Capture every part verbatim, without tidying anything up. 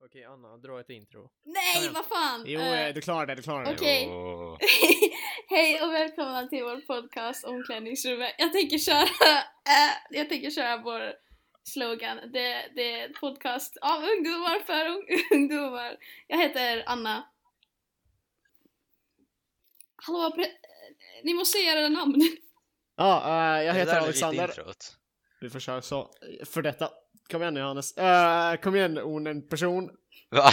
Okej, Anna, dra ett intro. Nej, vad fan! Jo, uh, du klarar det, du klarar det. Okej. Okay. Hej och välkomna till vår podcast Omklädningsrummet. Jag tänker köra, uh, jag tänker köra vår slogan. Det, det är en podcast av ungdomar för ungdomar. Jag heter Anna. Hallå, pre- ni måste säga era namn. Ja, uh, jag heter Alexander. Vi får köra så. För detta. Kom igen nu, Johannes. Uh, kom igen, onen person. Va?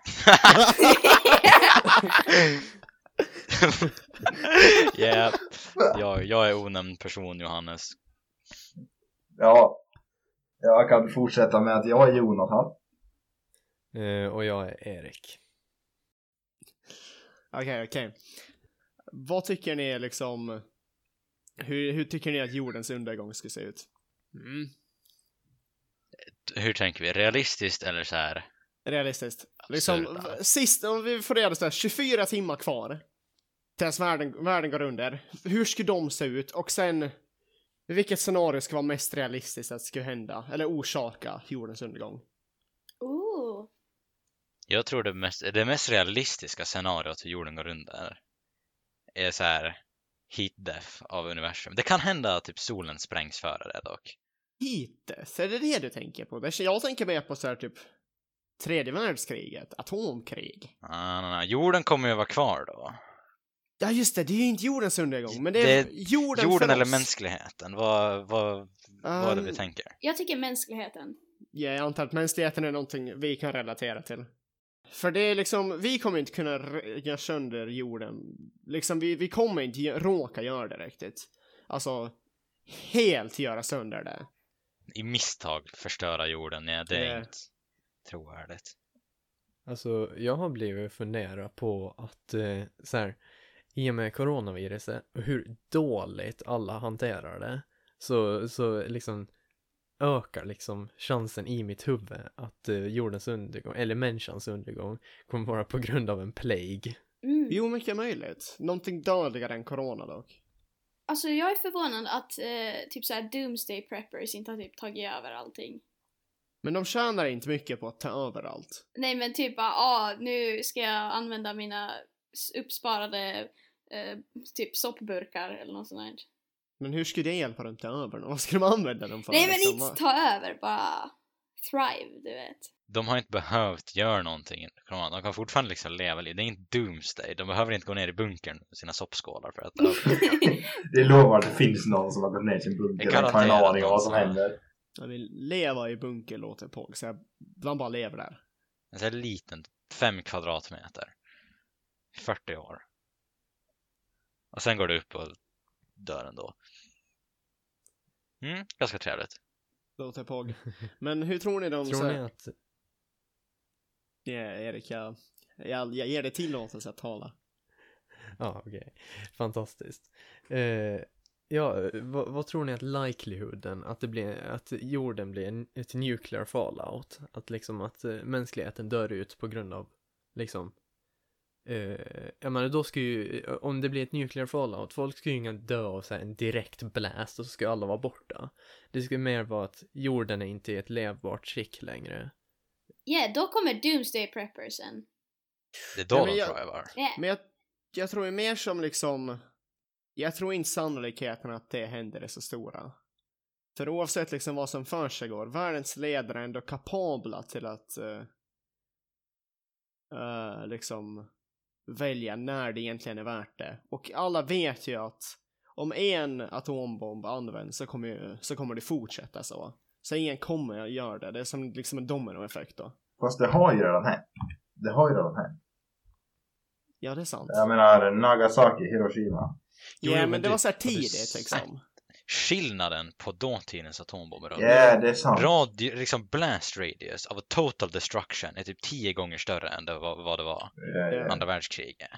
yeah. jag, jag är onämnd person, Johannes. Ja, jag kan fortsätta med att jag är Jonathan. Uh, och jag är Erik. Okej, okay, okej. Okay. Vad tycker ni är liksom... Hur, hur tycker ni att jordens undergång ska se ut? Mm. Hur tänker vi? Realistiskt eller så här? Realistiskt. Liksom, sist, om vi får reda på tjugofyra timmar kvar tills världen, världen går under. Hur ska de se ut? Och sen, vilket scenario ska vara mest realistiskt att det ska hända? Eller orsaka jordens undergång? Ooh. Jag tror det mest, det mest realistiska scenariot hur jorden går under är så här heat death av universum. Det kan hända att typ solen sprängs före det dock. Heat death? Är det det du tänker på? Jag tänker mer på så här typ tredje världskriget, atomkrig. Ah, nej, nej. Jorden kommer ju vara kvar då. Ja just det, det är ju inte jordens undergång, men det är det, jorden, jorden för eller oss. Mänskligheten. Vad, vad, um, vad är det vi tänker? Jag tycker mänskligheten. Ja, jag antar att mänskligheten är någonting vi kan relatera till. För det är liksom, vi kommer inte kunna göra sönder jorden. Liksom, vi, vi kommer inte råka göra det riktigt. Alltså, helt göra sönder det. I misstag förstöra jorden, ja, det är äh. inte trovärdigt. Alltså, jag har blivit fundera på att eh, så här, i och med coronaviruset och hur dåligt alla hanterar det, så, så liksom ökar liksom chansen i mitt huvud att eh, jordens undergång, eller människans undergång, kommer vara på grund av en plague. Mm. Jo, mycket möjligt. Någonting dödligare än corona dock. Alltså jag är förvånad att eh, typ så här doomsday preppers inte har typ tagit över allting. Men de tjänar inte mycket på att ta över allt. Nej, men typ bara, ah, nu ska jag använda mina uppsparade eh, typ soppburkar eller något sånt där. Men hur skulle det hjälpa dem att ta över? Vad ska de använda dem för? Nej, men liksom? inte ta över, bara thrive, du vet. De har inte behövt göra någonting. De kan fortfarande liksom leva liv. Det är inte doomsday. De behöver inte gå ner i bunkern med sina soppskålar för att det lovar att det finns någon som har gått ner i sin bunker. Jag kan en aning om vad som händer. Jag vill leva i bunker, låter på. Så jag, de bara lever där. En sån här liten, fem kvadratmeter. fyrtio år. Och sen går det upp och dör ändå. Mm, ganska trevligt. Låter på. Men hur tror ni de... Tror så... ni att... Ja, yeah, Erik, jag, jag, jag ger dig tillåtelse att tala. Ja, okej. Okay. Fantastiskt. Eh, ja, vad, vad tror ni att likelihooden att det blir, att jorden blir en, ett nuclear fallout, att liksom att uh, mänskligheten dör ut på grund av liksom eh, jag menar då ska ju, om det blir ett nuclear fallout, folk ska ju inga dö av så här en direkt blast och så ska alla vara borta. Det ska mer vara att jorden är inte i ett levbart skick längre. Ja, yeah, då kommer doomsday preppersen. Det är då ja, de jag, tror jag var. Yeah. Men jag, jag tror mer som liksom, jag tror inte sannolikheten att det händer är så stora. För oavsett liksom vad som för sig går, världens ledare är ändå kapabla till att uh, uh, liksom välja när det egentligen är värt det. Och alla vet ju att om en atombomb används så kommer, ju, så kommer det fortsätta så. Så ingen kommer att göra det. Det är som liksom en dominoeffekt då. Fast det har ju redan hänt. Det har ju redan hänt. Ja, det är sant. Jag menar Nagasaki, Hiroshima. Ja, yeah, men, men det, det var så här tidigt liksom. Skillnaden på dåtidens atombomber. Ja, yeah, det är sant. Radio, liksom blast radius av total destruction är typ tio gånger större än det var, vad det var yeah, yeah. andra världskriget.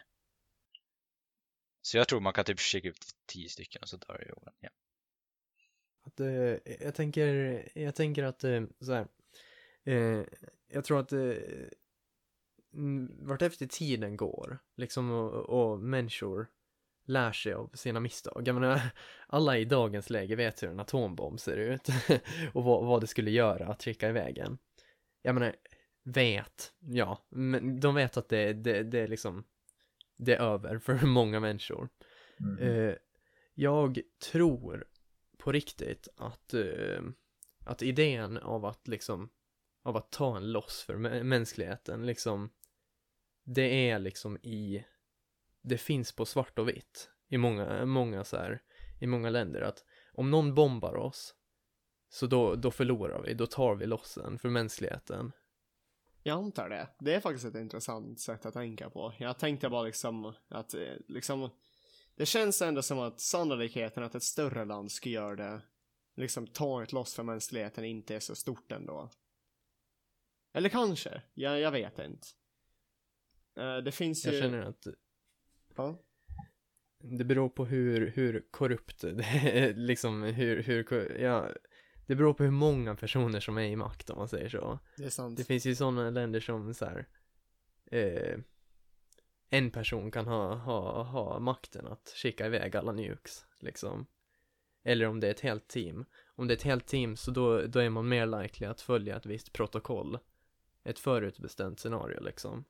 Så jag tror man kan typ skicka ut tio stycken och så dör jorden. Ja. Att, eh, jag tänker jag tänker att eh, så här, eh, jag tror att eh, vart efter tiden går liksom och, och människor lär sig av sina misstag. Jag menar, alla i dagens läge vet hur en atombomb ser ut och vad, vad det skulle göra att trycka iväg en. Jag menar, vet, ja, men de vet att det, det, det är liksom, det är över för många människor. Mm. Eh, jag tror på riktigt att, eh, att idén av att liksom, av att ta en loss för mä- mänskligheten, liksom, det är liksom i, det finns på svart och vitt i många, många så här, i många länder, att om någon bombar oss, så då, då förlorar vi, då tar vi lossen för mänskligheten. Jag antar det. Det är faktiskt ett intressant sätt att tänka på. Jag tänkte bara liksom att eh, liksom, det känns ändå som att sannolikheten att ett större land ska göra det, liksom ta ett loss för mänskligheten, inte är så stort ändå. Eller kanske, jag, jag vet inte. Uh, det finns ju... Jag känner att ja. det beror på hur, hur korrupt det är, liksom hur, hur, ja, det beror på hur många personer som är i makt, om man säger så. Det är sant. Det finns ju sådana länder som så här, eh, en person kan ha, ha, ha makten att skicka iväg alla nukes, liksom. Eller om det är ett helt team. Om det är ett helt team, så då, då är man mer likely att följa ett visst protokoll. Ett förutbestämt scenario, liksom.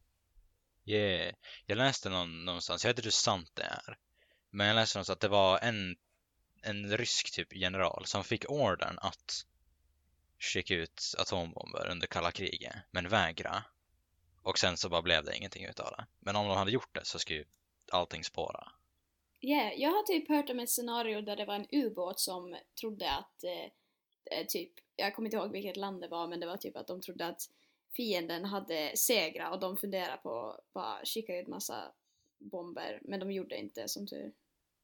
Yeah. Jag läste någon, någonstans, jag vet inte hur sant det är, men jag läste någonstans att det var en, en rysk typ general som fick ordern att skicka ut atombomber under kalla kriget, men vägra. Och sen så bara blev det ingenting utav det. Men om de hade gjort det så skulle ju allting spåra. Ja, yeah, jag har typ hört om ett scenario där det var en ubåt som trodde att eh, typ, jag kommer inte ihåg vilket land det var, men det var typ att de trodde att fienden hade segrat och de funderade på att bara skicka ut massa bomber, men de gjorde inte, som tur.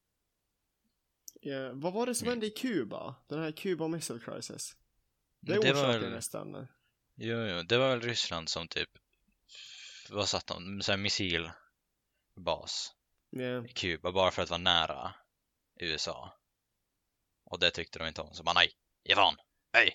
Yeah. Vad var det som hände i Kuba? Den här Cuba Missile Crisis. Det, det orsakade var väl nästan. Jo, jo, det var väl Ryssland som typ, vad satt de, så här missilbas Yeah. i Kuba bara för att vara nära U S A. Och det tyckte de inte om, så bara nej, Ivan, hej!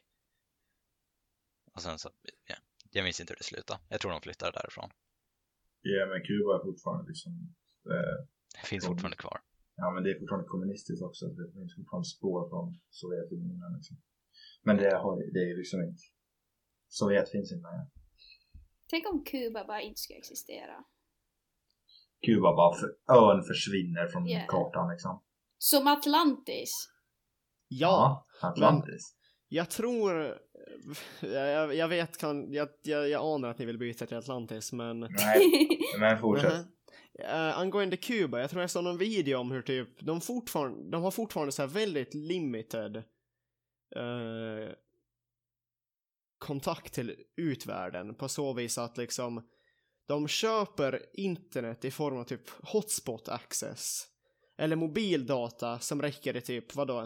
Och sen så, ja, jag minns inte hur det slutade. Jag tror de flyttade därifrån. Ja, men Kuba är fortfarande liksom... Eh, det finns kom... fortfarande kvar. Ja, men det är fortfarande kommunistiskt också. Det finns fortfarande spår från Sovjetunionen liksom. Men det, har, det är liksom inte... Sovjet finns inte med. Tänk om Kuba bara inte skulle existera. Kuba bara, för, ön försvinner från yeah. kartan liksom. Som Atlantis. Ja, ja Atlantis. Jag tror, jag, jag vet, kan, jag, jag, jag anar att ni vill byta till Atlantis, men... Nej, men fortsätt. Uh-huh. Uh, angående Kuba, jag tror jag såg någon video om hur typ, de fortfarande, de har fortfarande så här väldigt limited uh, kontakt till utvärlden, på så vis att liksom, de köper internet i form av typ hotspot access, eller mobildata som räcker i typ, vadå,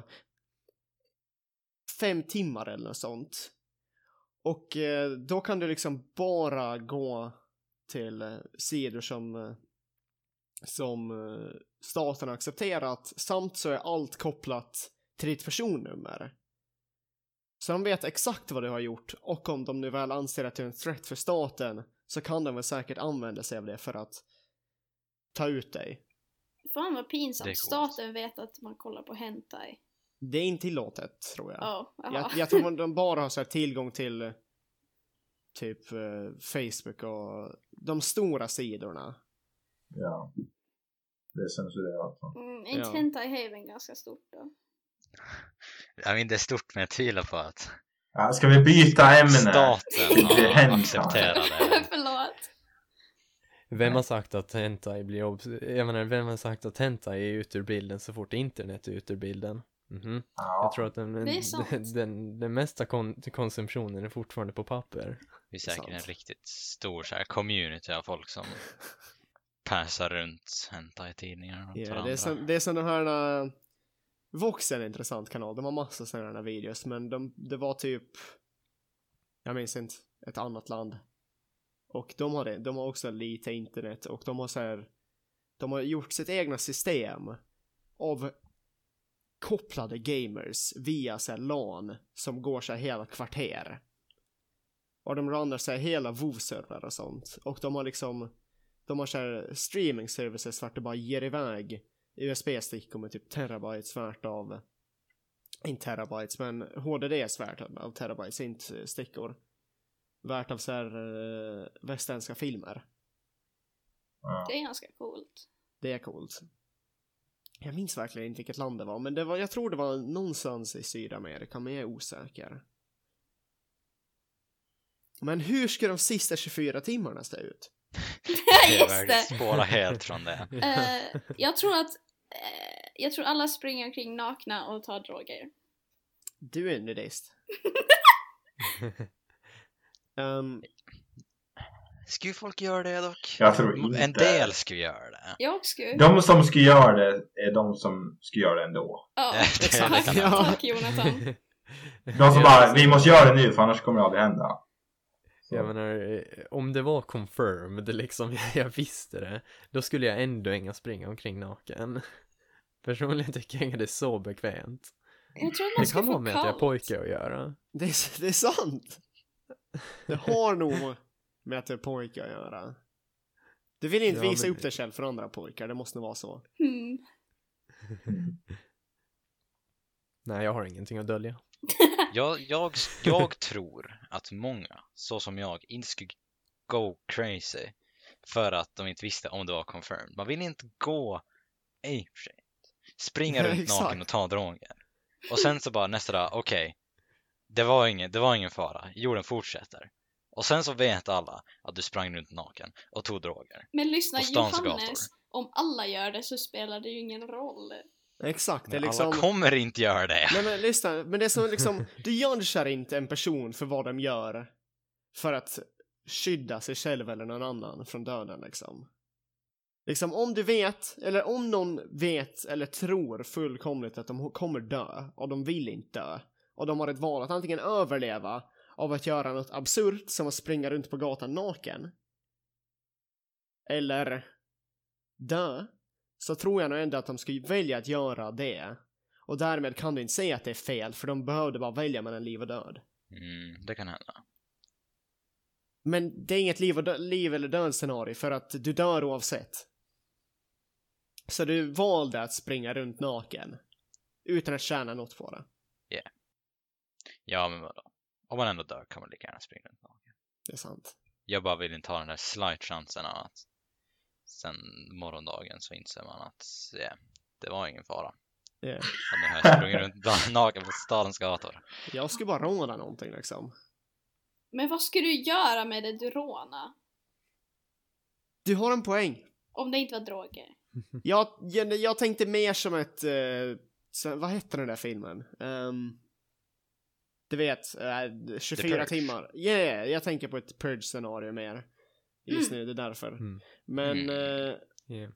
fem timmar eller något sånt. Och eh, då kan du liksom bara gå till eh, sidor som eh, som eh, staten har accepterat, samt så är allt kopplat till ditt personnummer. Så de vet exakt vad du har gjort, och om de nu väl anser att du är en threat för staten, så kan de väl säkert använda sig av det för att ta ut dig. Fan vad pinsamt, staten vet att man kollar på hentai. Det är inte tillåtet, tror jag. Oh, jag, jag tror de bara har så här tillgång till typ eh, Facebook och de stora sidorna. Ja. Det är censurerat. Mm, inte ja. hentai Haven ganska stort då? Jag menar, det är stort, men jag tvivlar på att... Ja, ska vi byta ämne? Staten har accepterat det. Förlåt. Vem har sagt att hentai blir obs- jag menar, vem har sagt att hentai är ut ur bilden så fort internet är ut ur bilden? Mm-hmm. Ja. Jag tror att den, Det är sant. den, den, den mesta kon- konsumtionen är fortfarande på papper. Det är säkert en riktigt stor så här community av folk som passar runt hentai-tidningar och Yeah, varandra. det är som, det är som den här uh, Vox är en intressant kanal. De har massa sådana här videos, men de, det var typ, jag minns inte, ett annat land. Och de har det, de har också lite internet, och de har så här, de har gjort sitt egna system av kopplade gamers via så här LAN som går så här hela kvarter. Och de runnar så här hela WoW-server och sånt. Och de har liksom, de har så här streaming services vart det bara ger iväg U S B-stickor med typ terabytes värt av, inte terabytes, men H D D-värt av terabytes, inte stickor. värt av så här uh, västländska filmer. Ja. Det är ganska coolt. Det är coolt. Jag minns verkligen inte vilket land det var, men det var, jag tror det var någonstans i Sydamerika, men jag är osäker. Men hur ska de sista tjugofyra timmarna se ut? Just det! Spåra helt från det. Uh, jag tror att uh, jag tror alla springer omkring nakna och tar droger. Du är en nudist. um, Skulle folk göra det dock? Jag tror inte. En del skulle göra det. Jag skulle. De som skulle göra det är de som skulle göra det ändå. Ja, Det- det- tack, det kan jag. tack Jonathan. De som bara, vi måste göra det nu för annars kommer det aldrig hända. Så. Jag menar, eh, om det var confirmed, liksom, jag visste det, då skulle jag ändå inga springa omkring naken. Personligen tycker jag inte det är så bekvämt. Jag tror att man Det ska kan få vara med att jag är kallt. pojke att göra. det, är, det är sant. Det har nog med att det är pojkar att göra. Du vill inte Ja, visa men- upp dig själv för andra pojkar, det måste vara så. Hmm. Nej, jag har ingenting att dölja. Jag, jag, jag tror att många, så som jag, inte skulle go crazy för att de inte visste om det var confirmed. Man vill inte gå apeshit. Springa Nej, runt exakt. naken och ta droger. Och sen så bara nästa dag, okej. Okay, det var ingen, det var ingen fara. Jorden fortsätter. Och sen så vet alla att du sprang runt naken och tog droger. Men lyssna På stans Johannes, gator. om alla gör det så spelar det ju ingen roll. Exakt, det är Men liksom... alla kommer inte göra det. Nej men lyssna, men det är som liksom, du judgar inte en person för vad de gör för att skydda sig själv eller någon annan från döden liksom. Liksom om du vet, eller om någon vet eller tror fullkomligt att de kommer dö och de vill inte dö och de har ett val att antingen överleva av att göra något absurt som att springa runt på gatan naken eller dö, så tror jag nog ändå att de skulle välja att göra det. Och därmed kan du inte säga att det är fel, för de behövde bara välja mellan liv och död. Mm, det kan hända. Men det är inget liv, och dö- liv eller död scenario, för att du dör oavsett. Så du valde att springa runt naken utan att tjäna något på det. Ja, men vadå? Om man ändå dör kan man lika gärna springa runt naken. Det är sant. Jag bara vill inte ha den där slight chansen att sen morgondagen så inser man att yeah, det var ingen fara. Yeah. Att den här sprungit runt naken på stadens gator. Jag skulle bara råna någonting liksom. Men vad ska du göra med det du råna? Du har en poäng. Om det inte var droger. Jag, jag, jag tänkte mer som ett... Uh, så, vad heter den där filmen? Um, du vet, uh, tjugofyra timmar. Yeah, jag tänker på ett purge-scenario mer. Just Mm. nu, det är därför. Mm. Men... Mm. Uh, Yeah.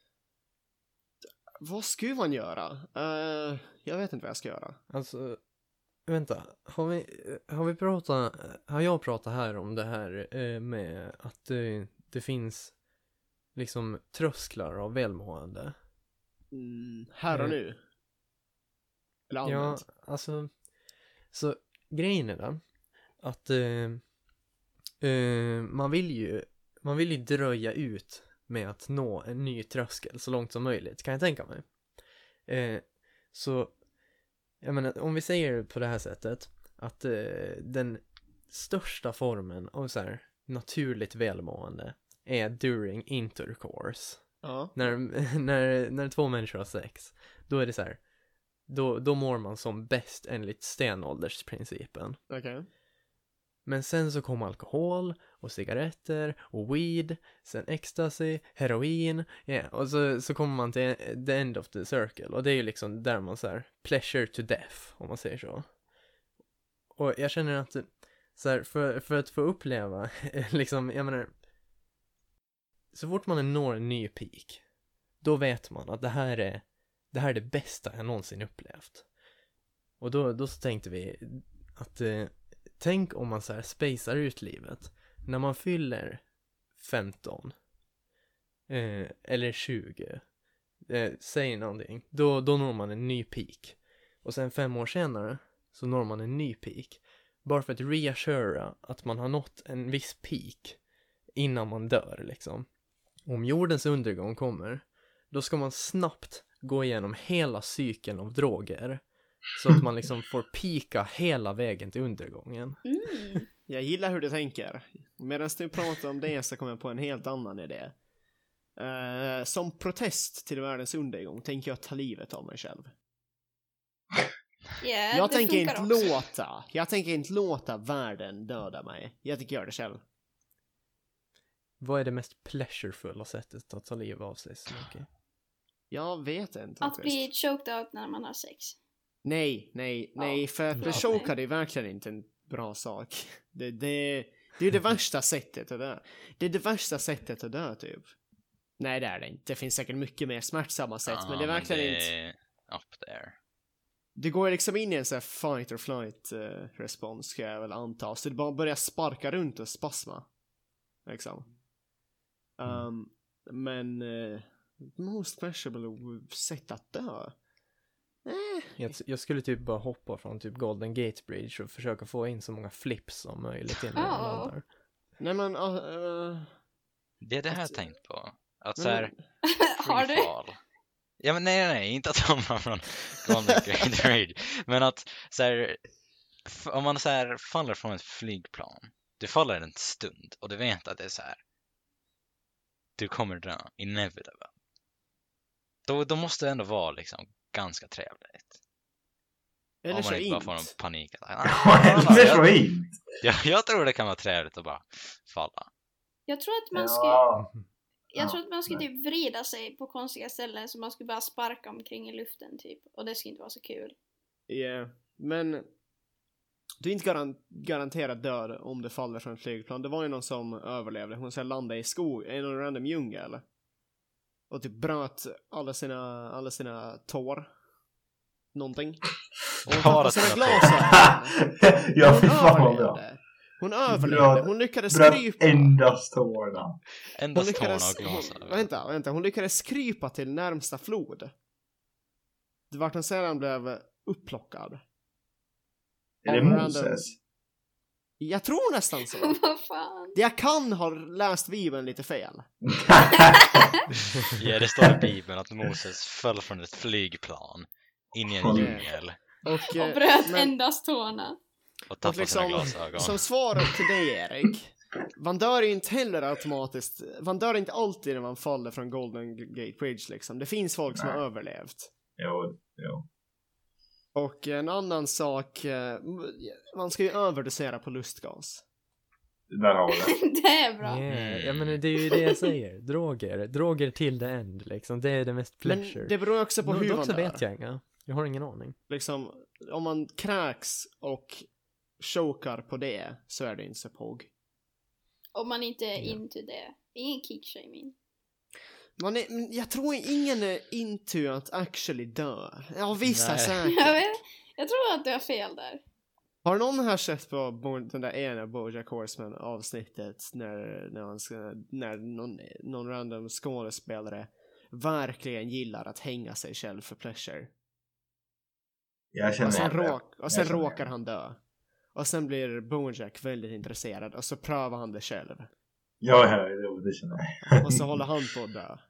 vad skulle man göra? Uh, jag vet inte vad jag ska göra. Alltså, vänta, har vi, har vi pratat, har jag pratat här om det här eh, med att det, det finns liksom trösklar av välmående? Mm, här och Eh, nu. Eller Ja, allmänt. alltså, så grejen är den att eh, eh, man vill ju, man vill ju dröja ut med att nå en ny tröskel så långt som möjligt, kan jag tänka mig. Eh, så, jag menar, om vi säger på det här sättet, att eh, den största formen av så här naturligt välmående är during intercourse. Ja. När, när, när två människor har sex, då är det så här, då, då mår man som bäst enligt stenåldersprincipen. Okej. Men sen så kom alkohol och cigaretter och weed, sen ecstasy, heroin, yeah, och så, så kommer man till the end of the circle, och det är ju liksom där man så här, pleasure to death, om man säger så. Och jag känner att så här, för, för att få uppleva liksom, jag menar, så fort man når en ny peak, då vet man att det här är det här är det bästa jag någonsin upplevt. Och då, då så tänkte vi att eh, tänk om man så här spacear ut livet. När man fyller femton eh, eller tjugo, eh, säg någonting, då, då når man en ny peak. Och sen fem år senare så når man en ny peak. Bara för att reassura att man har nått en viss peak innan man dör liksom. Om jordens undergång kommer, då ska man snabbt gå igenom hela cykeln av droger så att man liksom får pika hela vägen till undergången. Mm. jag gillar hur du tänker. Medan du pratar om det så kommer jag på en helt annan idé. Uh, som protest till världens undergång tänker jag ta livet av mig själv. Yeah, jag det tänker inte också. låta Jag tänker inte låta världen döda mig. Jag tänker göra det själv. Vad är det mest pleasurefulla sättet att ta liv av sig, Smokey? Jag vet inte. Att bli choked out när man har sex. Nej, nej, nej. Ja, För att bli förlåt chokad är verkligen inte en bra sak. Det, det, det är det värsta sättet att dö. Det är det värsta sättet att dö, typ. Nej, det är det inte. Det finns säkert mycket mer smärtsamma sätt, Ja, men det är verkligen det inte... är up there. Det går liksom in i en sån här fight or flight uh, respons, ska jag väl anta. Så det bara börjar sparka runt och spasma. Liksom. Um, men... Uh, most pleasurable sätt att dö? Eh. Jag, jag skulle typ bara hoppa från typ Golden Gate Bridge och försöka få in så många flips som möjligt innan jag Oh. landar. Nej, men... Uh, uh, Det är det här jag tänkt på. Att så här, Har du? free fall. Ja men nej nej nej, inte att hoppa från Golden Gate Bridge. Men att så här, f- om man så här faller från ett flygplan. Du faller en stund och du vet att det är så här. Du kommer dö, inevitable. Då, då måste det ändå vara liksom ganska trevligt. eller Om så man inte bara inte. får en panik. Eller så jag, inte. jag, jag tror det kan vara trevligt att bara falla. Jag tror att man ska... Ja. Jag Ja, tror att man skulle nej. typ vrida sig på konstiga ställen så man skulle bara sparka omkring i luften typ. Och det skulle inte vara så kul. Ja, yeah. Men du är inte garan- garanterat död om du faller från ett flygplan. Det var ju någon som överlevde. Hon så landade i skog, i någon random djungel. Och typ bröt alla sina, alla sina tår. Någonting. Och hon Bara tappade sina sina glasögon. Ja, fy Hon fan vad bra. överlevde. Hon överlevde. Bröt- Hon lyckades Bröt krypa. endast tårna. Hon Endast tårna lyckades, och hon, glasögon. vänta, vänta, hon lyckades krypa till närmsta flod. Det vart hon sedan blev upplockad. Är det Av random- Moses? Jag tror nästan så. Vad fan? Jag kan ha läst Bibeln lite fel. Ja, det står i Bibeln att Moses föll från ett flygplan in i en Mm. djungel Och, Och eh, bröt men- endast tårna. och och tappade liksom, sina glasögon. som svar till dig, Erik. Man dör inte heller automatiskt. Man dör inte alltid när man faller från Golden Gate Bridge liksom. Det finns folk som Nej. har överlevt. Jo, jo. Och en annan sak, eh, man ska ju överdosera på lustgas. Där har vi det. Det är bra. Yeah. Ja, men det är ju det jag säger. Droger. Droger till the end, liksom. Det är det mest Men pleasure. det beror också på Nå- hur dock man så dör. vet jag inga. Jag har ingen aning. Liksom, om man kräks och chokar på det så är det inte så påg. Om man inte är Ja. into det. Ingen kick-shaming. Man är, men jag tror ingen är into att actually dö. Ja, vissa är Nej. Jag, säkert. vet, jag tror att du har fel där. Har någon här sett på Bo- den där ena BoJack Horseman avsnittet när, när, han ska, när någon, någon random skådespelare verkligen gillar att hänga sig själv för pleasure? Jag känner Och sen, igen det. råk, och sen Jag känner råkar igen han dö. Och sen blir BoJack väldigt intresserad och så prövar han det själv. Ja, ja, jo, det känner jag. Och så håller han på att dö.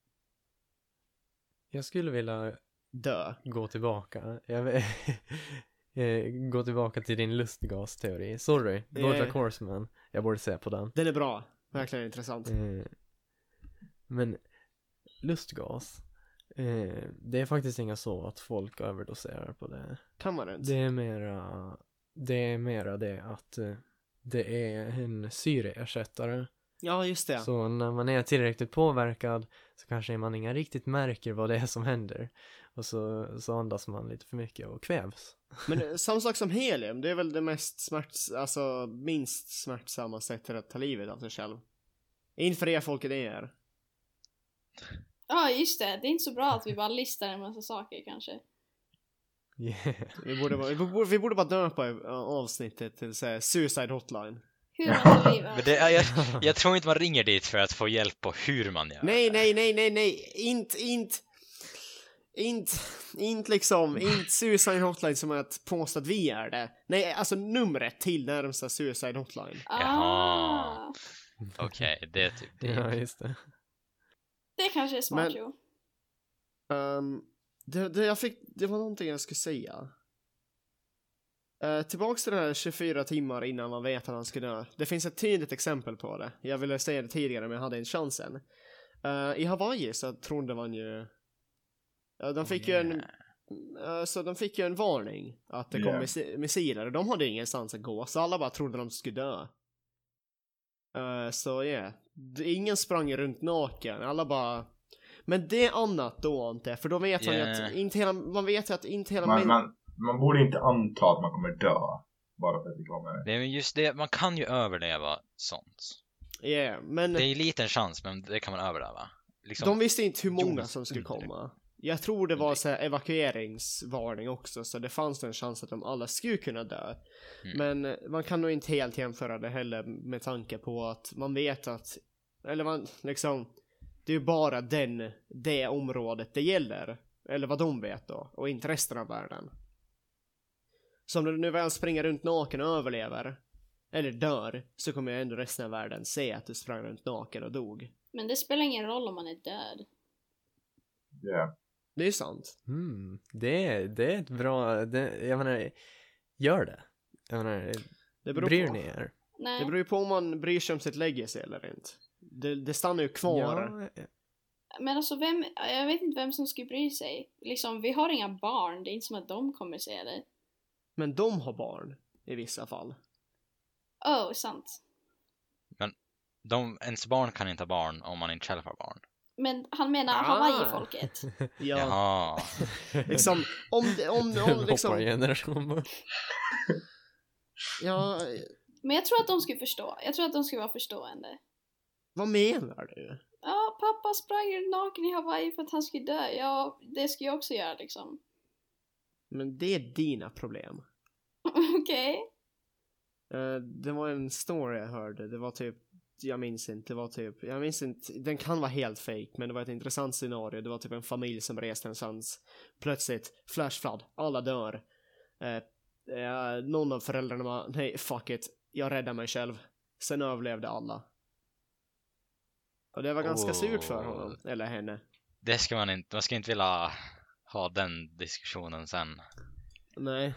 Jag skulle vilja Dö. gå tillbaka. Jag vet, eh, gå tillbaka till din lustgasteori. Sorry, BoJack Horseman. Jag borde se på den. Den är bra. Verkligen intressant. Eh, men lustgas, eh, det är faktiskt inga så att folk överdoserar på det. Kan man inte? Det är mera det, är mera det att eh, det är en syreersättare. Ja, just det. Så när man är tillräckligt påverkad så kanske man inga riktigt märker vad det är som händer. Och så, så andas man lite för mycket och kvävs. Men eh, samma sak som helium, det är väl det mest smärts, alltså minst smärtsamma sättet att ta livet av sig själv. Inför det folket det är. Ja, just det. Det är inte så bra att vi bara listar en massa saker kanske. Yeah. Vi borde, bara- vi borde, vi borde bara döpa eh, avsnittet till så här, Suicide Hotline. Hur man tar livet av Men sig. det, jag, jag tror inte man ringer dit för att få hjälp på hur man gör Nej, det. nej, nej, nej, nej. Inte, inte. Inte, inte liksom, inte Suicide Hotline som att påstå att vi är det. Nej, alltså numret till närmsta Suicide Hotline. Ah, Okej, det är typ det. Ja, just det. det kanske är smart Men- jo. Um, det, det, jag fick, det var någonting jag skulle säga. Uh, tillbaks till det här tjugofyra timmar innan man vet att han ska dö. Det finns ett tydligt exempel på det. Jag ville säga det tidigare men jag hade inte chansen. Uh, I Hawaii så trodde man ju... Uh, de fick oh, yeah. ju en... Uh, så de fick ju en varning att det kom yeah. miss- missiler. De hade ingenstans att gå så alla bara trodde de skulle dö. Uh, så ja, yeah. Ingen sprang runt naken. Alla bara... Men det är annat då inte. För då vet yeah. man ju att inte hela... Man vet ju att inte hela... Man, man, man borde inte anta att man kommer dö. Bara för att det kommer... Nej men just det, man kan ju överleva sånt. Ja, yeah, men... Det är en liten chans men det kan man överleva. Liksom... De visste inte hur många som skulle komma. Jag tror det var så här evakueringsvarning också. Så det fanns en chans att de alla skulle kunna dö. Mm. Men man kan nog inte helt jämföra det heller med tanke på att man vet att... Eller man liksom... Det är ju bara den, det området det gäller. Eller vad de vet då. Och inte resten av världen. Så om du nu väl springer runt naken och överlever. Eller dör. Så kommer ju ändå resten av världen se att du sprang runt naken och dog. Men det spelar ingen roll om man är död. Ja. Yeah. Det är sant. Mm, det, är, det är ett bra... Det, jag menar, gör det. Jag menar, det beror bryr på. Ni er? Nej. Det beror ju på om man bryr sig om sitt legacy eller inte. Det, det stannar ju kvar. Ja. Men alltså, vem, jag vet inte vem som skulle bry sig. Liksom, vi har inga barn. Det är inte som att de kommer se det. Men de har barn i vissa fall. Oh, sant. Men de, ens barn kan inte ha barn om man inte själv har barn. Men han menar ah. Hawaii-folket. Ja. Jaha. liksom, om, om, om liksom... Hoppar generation. Ja. Men jag tror att de skulle förstå. Jag tror att de skulle vara förstående. Vad menar du? Ja, pappa sprang runt naken i Hawaii för att han skulle dö. Ja, det skulle jag också göra liksom. Men det är dina problem. Okej. Okay. Uh, det var en story jag hörde. Det var typ, jag minns inte, det var typ, jag minns inte, den kan vara helt fake, men det var ett intressant scenario. Det var typ en familj som reste någonstans. Plötsligt, flash flood, alla dör. Uh, uh, någon av föräldrarna var, nej, fuck it, jag räddar mig själv. Sen överlevde alla. Och det var ganska oh. surt för honom, eller henne. Det ska man inte, man ska inte vilja ha den diskussionen sen. Nej.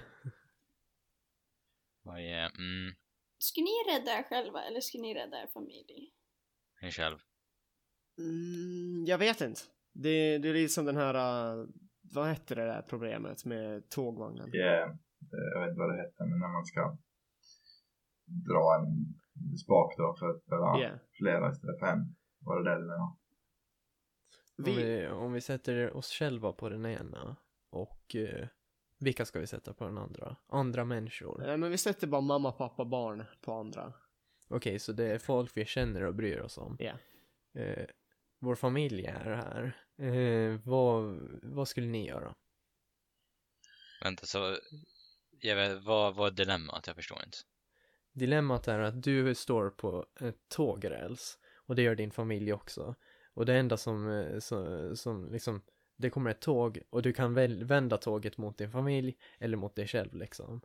Vad är, mm. Ska ni rädda er själva eller ska ni rädda er familj? Er själv. Mm, jag vet inte. Det, det är lite som den här, uh, vad heter det där problemet med tågvagnen? Ja, yeah, jag vet inte vad det heter, men när man ska dra en spak då för att uh, yeah. flera istället för en. Var det det eller ja. vi... Om, vi, om vi sätter oss själva på den ena och uh, vilka ska vi sätta på den andra? Andra människor? Nej, men vi sätter bara mamma, pappa, barn på andra. Okej, okay, så det är folk vi känner och bryr oss om. Ja. Yeah. Uh, vår familj är här. Uh, vad, vad skulle ni göra? Vänta, så jag vet, vad, vad är dilemmat? Jag förstår inte. Dilemmat är att du står på ett tågräls. Och det gör din familj också. Och det enda som, som, som liksom, det kommer ett tåg och du kan väl vända tåget mot din familj eller mot dig själv liksom.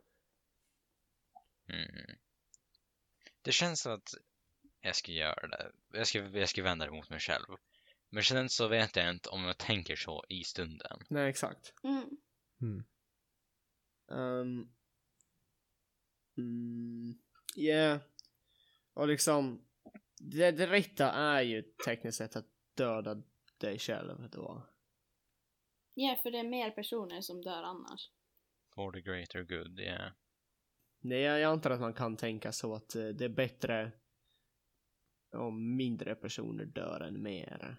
Mm. Det känns som att jag ska göra det. Jag ska, jag ska vända det mot mig själv. Men sen så vet jag inte om jag tänker så i stunden. Nej, exakt. Mm. Mm. Um, mm, yeah. Och liksom Det, det rätta är ju tekniskt sett att döda dig själv då. Ja, yeah, för det är mer personer som dör annars. For the greater good, ja. Yeah. Nej, jag antar att man kan tänka så att det är bättre om mindre personer dör än mer.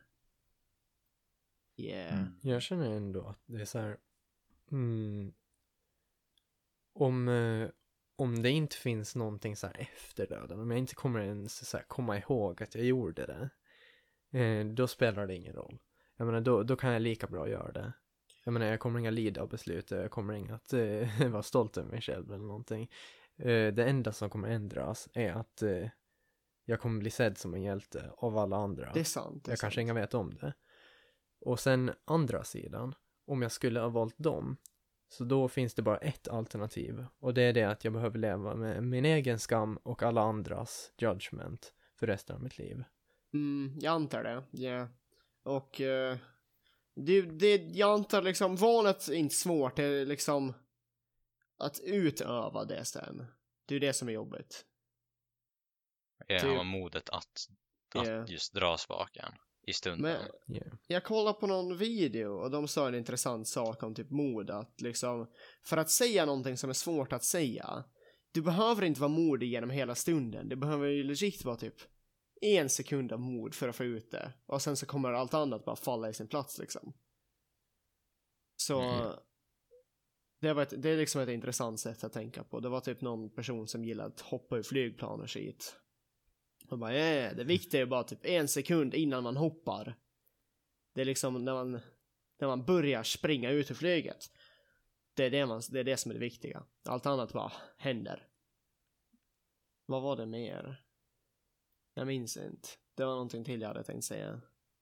Yeah. Mm. Jag känner ändå att det är så här. Mm, om... Eh, Om det inte finns någonting så här efter döden, om jag inte kommer ens så här komma ihåg att jag gjorde det, eh, då spelar det ingen roll. Jag menar, då, då kan jag lika bra göra det. Jag menar, jag kommer inga lida av beslut, jag kommer inga att eh, vara stolt över mig själv eller någonting. Eh, det enda som kommer ändras är att eh, jag kommer bli sedd som en hjälte av alla andra. Det är sant. Det är jag sant. Kanske inga vet om det. Och sen andra sidan, om jag skulle ha valt dem, så då finns det bara ett alternativ. Och det är det att jag behöver leva med min egen skam och alla andras judgment för resten av mitt liv. Mm, jag antar det, ja. Yeah. Och uh, det, det, jag antar liksom, valet är inte svårt. Det är liksom, att utöva det sen. Det är det som är jobbigt. Jag Typ- har modet att, att Ja. just dra spaken i stunden. Men Yeah. jag kollade på någon video och de sa en intressant sak om typ mod, att liksom för att säga någonting som är svårt att säga, du behöver inte vara modig genom hela stunden. Det behöver ju legit vara typ en sekund av mod för att få ut det, och sen så kommer allt annat bara falla i sin plats liksom. Så Mm. det, var ett, det är liksom ett intressant sätt att tänka på. Det var typ någon person som gillade att hoppa i flygplan och skit. Och bara, ja, det viktiga är bara typ en sekund innan man hoppar. Det är liksom när man, när man börjar springa ut ur flyget. Det är det, man, det är det som är det viktiga. Allt annat bara händer. Vad var det mer? Jag minns inte. Det var någonting till jag hade tänkt säga.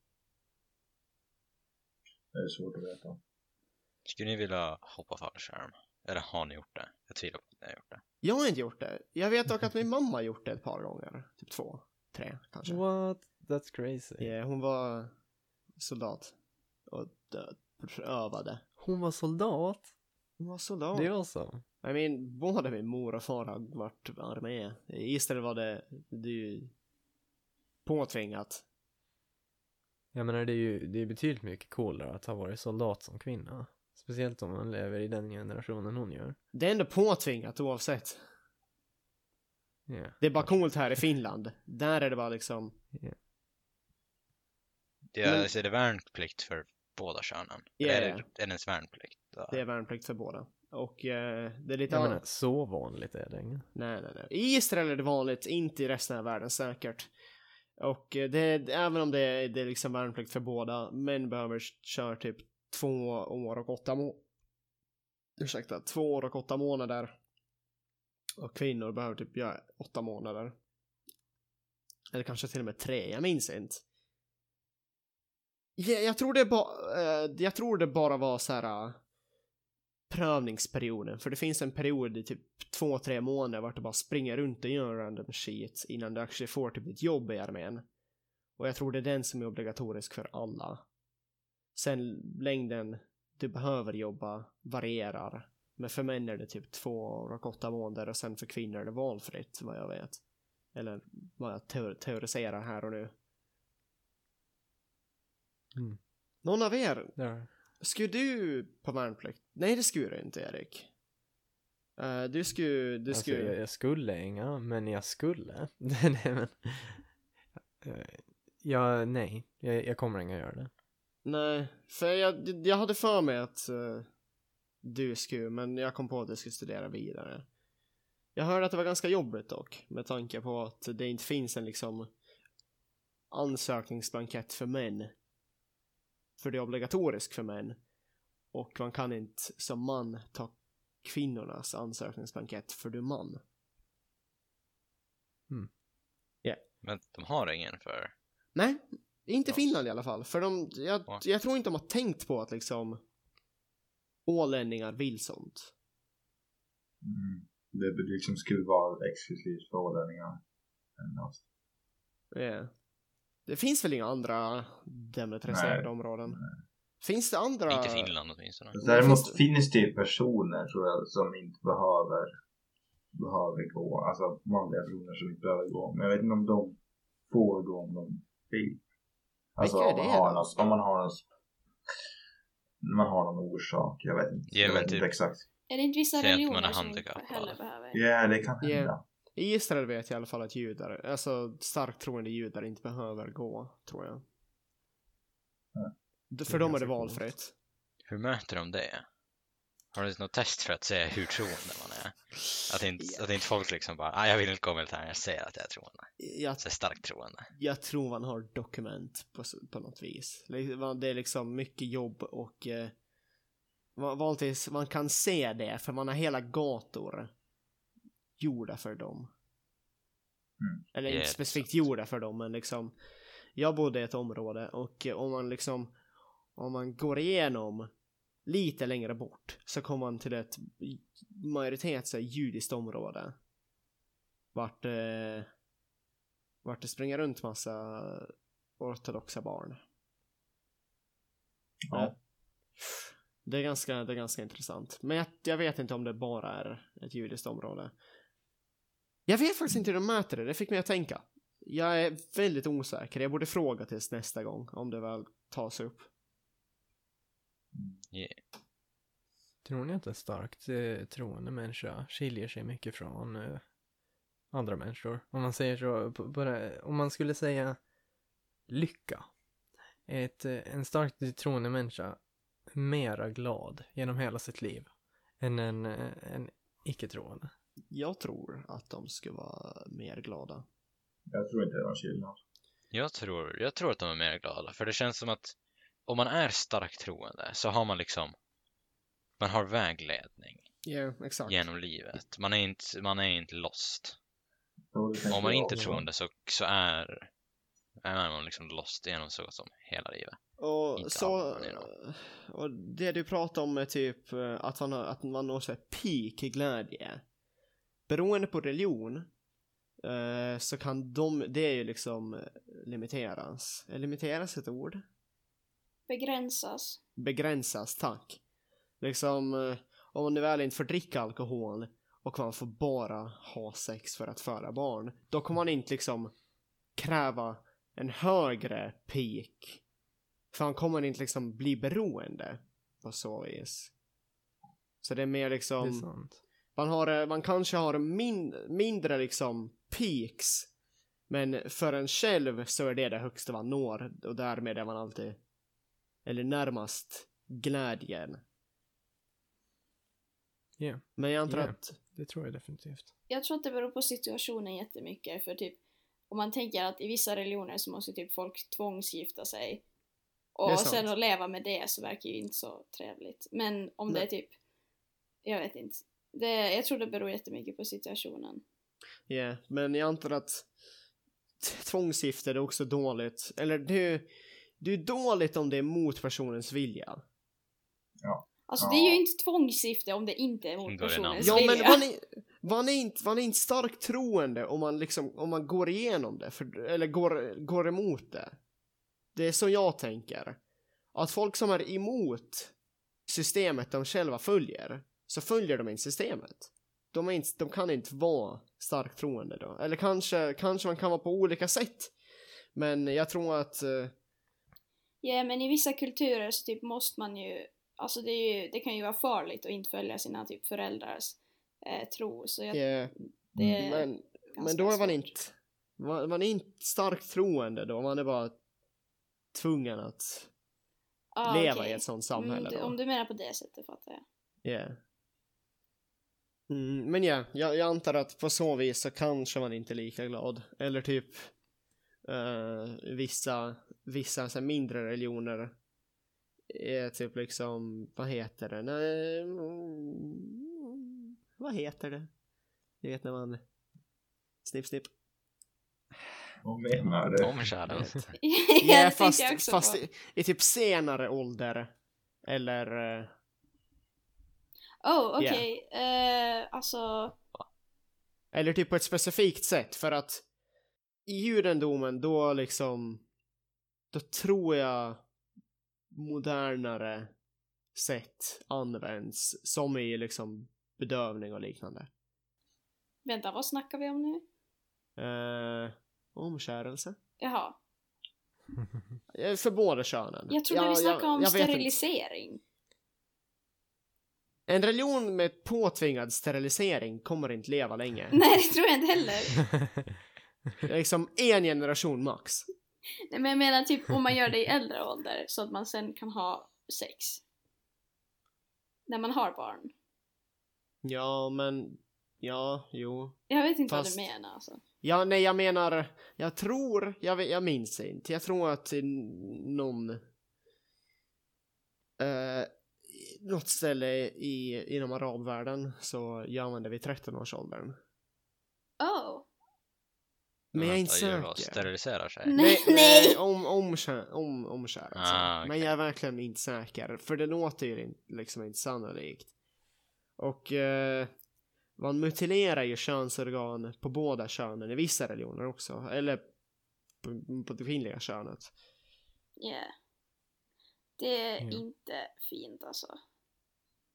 Det är svårt att veta. Skulle ni vilja hoppa fallskärm? Eller har ni gjort det? Jag tvivlar på att ni har gjort det. Jag har inte gjort det. Jag vet dock att min mamma har gjort det ett par gånger. Typ två, tre kanske. What? That's crazy. Yeah, hon var soldat. Och dö- övade. Hon var soldat. Hon var soldat. Det är awesome. I mean, både min mor och far har varit armé. Istället var det, det är ju påtvingat. Jag menar, det är ju det är betydligt mycket coolare att ha varit soldat som kvinna. Speciellt om man lever i den generationen hon gör. Det är ändå påtvingat oavsett. Yeah. Det är bara coolt här i Finland. Där är det bara liksom... Det är, Men- alltså, är det värnplikt för båda könen? Ja, Eller är ja. det, är det ens värnplikt? Ja. Det är värnplikt för båda. Och eh, det är lite... Jag an- menar, så vanligt är det inte. Nej, nej, nej. I Israel är det vanligt, inte i resten av världen säkert. Och eh, det, även om det är, det är liksom värnplikt för båda, män behöver köra typ två år och åtta må... Ursäkta, två år och åtta månader. Och kvinnor behöver typ göra åtta månader. Eller kanske till och med tre, jag minns inte. Ja, jag tror det bara, eh, jag tror det bara var så här uh, prövningsperioden, för det finns en period i typ två, tre månader vart du bara springer runt och gör random shit innan du actually får typ ditt jobb i armén. Och jag tror det är den som är obligatorisk för alla. Sen längden du behöver jobba varierar, men för män är det typ två år och åtta månader, och sen för kvinnor är det valfritt, vad jag vet. Eller vad jag teor- teoriserar här och nu. Mm. Någon av er, Där. skulle du på värnplikt? Nej, det skulle du inte, Erik. Uh, du skulle... Du Alltså, skulle... jag, jag skulle inga, men jag skulle. nej, men... Eh, ja, nej. Jag, jag kommer inte göra det. Nej, för jag, jag hade för mig att uh, du skulle, men jag kom på att du skulle studera vidare. Jag hörde att det var ganska jobbigt dock, med tanke på att det inte finns en liksom ansökningsblankett för män. För det är obligatoriskt för män. Och man kan inte som man ta kvinnornas ansökningsblankett för du är man. Men de har ingen för... Nej, inte Ja. Finland i alla fall. För de, jag, Ja. jag tror inte de har tänkt på att liksom ålänningar vill sånt. Mm. Det liksom skulle vara exklusivt för ålänningar. Endast. Yeah. Det finns väl inga andra demilitariserade Nej. områden? Finns det andra? Inte Finland åtminstone. Däremot finns det- finns det ju personer, tror jag, som inte behöver behöver gå. Alltså manliga personer som inte behöver gå. Men jag vet inte om de får gå om de vill. Alltså Vilka är om man det har då? någon, om man har någon, man har någon orsak. Jag vet inte. Ja, jag men vet typ- inte exakt. Är det inte vissa Säg att man är religioner som handikappad. heller behöver? Ja, det kan hända. Yeah. I Israel vet jag i alla fall att judar, alltså starkt troende judar inte behöver gå, tror jag. Ja. D- För Det är dem är ganska det valfritt. Hur möter de det? Har du något test för att se hur troende man är? Att inte, Ja. att inte folk liksom bara, ah, jag vill inte gå i militären, jag säger att jag är troende. Jag, Så jag är starkt troende. jag tror man har dokument på, s- på något vis. Det det är liksom mycket jobb och eh, va- vanligtvis man kan se det för man har hela gator gjorda för dem. Mm. Eller Ja, inte det är specifikt sant. gjorda för dem, men liksom jag bodde i ett område och eh, om man liksom om man går igenom lite längre bort så kommer man till ett majoritet så här, judiskt område vart eh, vart det springer runt massa ortodoxa barn. Ja. Det är ganska, det är ganska intressant. Men jag, jag vet inte om det bara är ett judiskt område. Jag vet faktiskt inte hur de mäter det. Det fick mig att tänka. Jag är väldigt osäker. Jag borde fråga tills nästa gång om det väl tas upp. Yeah. Tror ni att en starkt eh, troende människa skiljer sig mycket från eh, andra människor? Om man säger så, b- bara, om man skulle säga lycka. Ett, eh, en starkt troende människa mera glad genom hela sitt liv än en, eh, en icke-troende. Jag tror att de skulle vara mer glada. Jag tror inte det var skillnad. Jag tror, jag tror att de är mer glada. För det känns som att om man är starkt troende så har man liksom, man har vägledning Ja, yeah, exakt. genom livet. Man är inte, man är inte lost. Jo, det tänker Om man jag inte är också. troende så, så är, är man liksom lost genom så gott som hela livet. Och Inte så alla, men ändå. och det du pratar om är typ eh, att man har, att man når så här peak i glädje. Beroende på religion eh, så kan de, det är ju liksom eh, limiteras. Är limiteras ett ord? Begränsas. Begränsas, tack. Liksom eh, om man nu väl inte får dricka alkohol och man får bara ha sex för att föra barn, då kommer man inte liksom kräva en högre peak. För han kommer inte liksom bli beroende på så vis. Så det är mer Det är liksom sant. man, har, man kanske har min, mindre liksom peaks, men för en själv så är det det högsta man når, och därmed är man alltid eller närmast glädjen. Ja, yeah, Men jag antar Ja. att det tror jag definitivt. Jag tror att det beror på situationen jättemycket, för typ om man tänker att i vissa religioner så måste typ folk tvångsgifta sig Det är och sant. sen att leva med det så verkar ju inte så trevligt. Men om Nej. det är typ, jag vet inte, det, jag tror det beror jättemycket på situationen. ja, yeah, men jag antar att t- tvångsgifte är också dåligt. Eller det är, det är dåligt om det är mot personens vilja. Alltså Ja. det är ju inte tvångsgifte om det inte är Då är mot det personens Ja, men vilja. man är, man är inte, man är inte starkt troende om man liksom, om man går igenom det, för, eller går, går emot det. Det är så jag tänker. Att folk som är emot systemet de själva följer, så följer de inte systemet. De, är inte, de kan inte vara starkt troende då. Eller kanske, kanske man kan vara på olika sätt. Men jag tror att... Uh, Ja, men i vissa kulturer så typ måste man ju, alltså det, är ju, det kan ju vara farligt att inte följa sina typ föräldrars eh, tro. Så jag, yeah, det är men, men ganska då är man svårt. inte... Man, man är inte starkt troende då. Man är bara tvungen att Ah, leva okej. i ett sånt samhälle Mm, du, då. om du menar på det sättet fattar jag. Yeah. Mm, men ja, jag, jag antar att på så vis så kanske man inte är lika glad. Eller typ uh, vissa, vissa så här mindre religioner är typ liksom, vad heter det? Nej, mm, vad heter det? Jag vet när man snipp snipp. Vad menar du? Omkärlen. Ja, Ja, det fast, tänker jag också fast på. i, i typ senare ålder. Eller uh, Oh, okej. Eh, alltså, Eller typ på ett specifikt sätt, för att i judendomen då liksom, då tror jag modernare sätt används, som i liksom bedövning och liknande. vänta, vad snackar vi om nu? Eh, omskärelse. Jaha. Eh, För båda könen. Jag trodde Ja, vi snackade jag- om jag vet inte. sterilisering. En religion med påtvingad sterilisering kommer inte leva länge. Nej, det tror jag inte heller. Det är liksom en generation max. Nej, men jag menar typ om man gör det i äldre ålder så att man sen kan ha sex. När man har barn. Ja, men... Ja, jo. Jag vet inte Fast- vad du menar alltså. Ja, nej, jag menar... Jag tror... Jag, vet, jag minns inte. Jag tror att i någon... Eh, något ställe i, inom arabvärlden så gör man det vid tretton-årsåldern. Oh. Men jag är inte Vänta, gör vad? säker. Steriliserar sig. Nej. nej, om, omskär, om, omskärelse. Ah, okej. Men jag är verkligen inte säker. För det låter ju in- liksom inte sannolikt. Och eh, man mutilerar ju könsorgan på båda könen i vissa religioner också. Eller på, på det kvinnliga könet. Yeah. Det är Ja. inte fint alltså.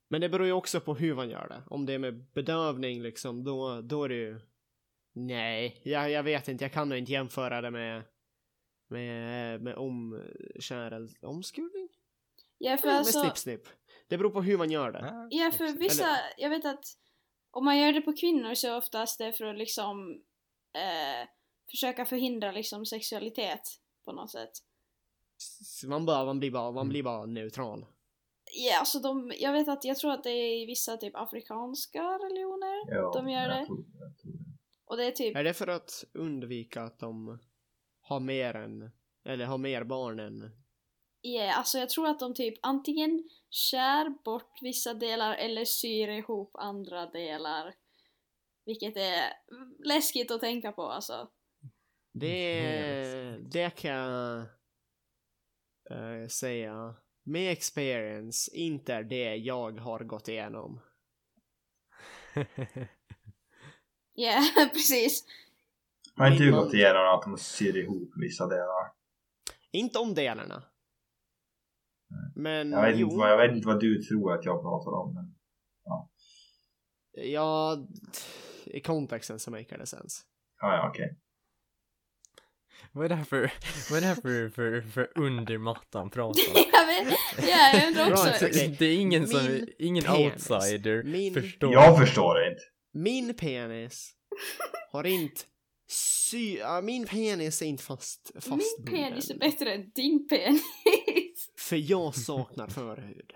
Men det beror ju också på hur man gör det. Om det är med bedövning liksom, då, då är det ju... Nej, jag, jag vet inte. Jag kan nog inte jämföra det med... Med, med omkärel... Omskurning? Ja, för Med alltså... snipp, snipp. Det beror på hur man gör det. Ja, för vissa... Eller- Jag vet att om man gör det på kvinnor så oftast det är för att liksom... Eh, försöka förhindra liksom sexualitet på något sätt. S- Man, bara, man, blir bara, man blir bara neutral. Ja, alltså de... Jag vet att jag tror att det är i vissa typ afrikanska religioner Ja, de gör det. jag tror, jag tror det. Och det är typ... Är det för att undvika att de har mer än... Eller har mer barn än... Ja, alltså jag tror att de typ antingen skär bort vissa delar eller syr ihop andra delar. Vilket är läskigt att tänka på alltså. Det, det kan jag äh, säga med experience inte är det jag har gått igenom. Ja, precis. Har inte du Min gått man- igenom att de syr ihop vissa delar? Inte om delarna. Men Jag vet, jo, inte vad, jag vet inte vad du tror att jag pratar om. Men... ja, i kontexten så make det sense. Ja, ja, okej. Vad är det här för, vad är det här för, för, för under mattan pratar? Jag vet, ja, jag undrar också. Right, okej. Det är ingen som, Min ingen penis. outsider Min- förstår. Jag förstår det inte. Min penis har inte sy... Ja, min penis är inte fast, fast Min penis är bättre än din penis. För jag saknar förhud.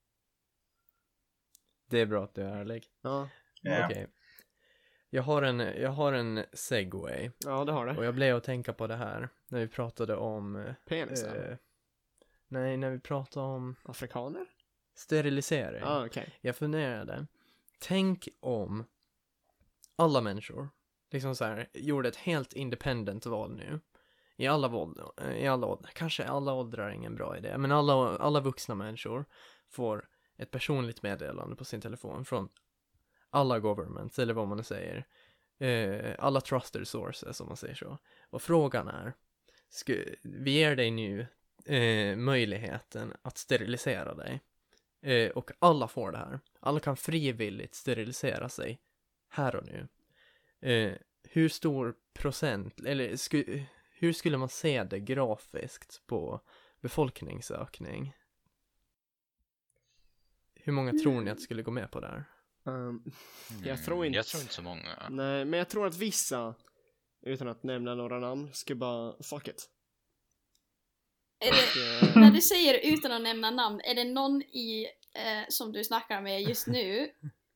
Det är bra att du är ärlig. Ja, Ja. Okej. Jag har en, jag har en segway. ja det har det. Och jag blev att tänka på det här. När vi pratade om... Penisar. Eh, nej, när vi pratade om Afrikaner? sterilisering. Ja, ah, okej. Jag funderade. Tänk om alla människor liksom så här, gjorde ett helt independent val nu. I alla åldrar, i alla åldrar. Kanske alla åldrar är ingen bra idé. Men alla, alla vuxna människor får ett personligt meddelande på sin telefon från alla governments, eller vad man säger. Eh, alla trusted sources, om man säger så. Och frågan är, sku, vi ger dig nu eh, möjligheten att sterilisera dig. Eh, och alla får det här. Alla kan frivilligt sterilisera sig här och nu. Eh, hur stor procent, eller sku, hur skulle man se det grafiskt på befolkningsökning? Hur många tror ni att skulle gå med på det här? Um, jag Mm, tror inte... Jag tror inte så många. Nej, men jag tror att vissa, utan att nämna några namn, ska bara fuck it. Är det, Och, eh, när du säger utan att nämna namn, är det någon i eh, som du snackar med just nu?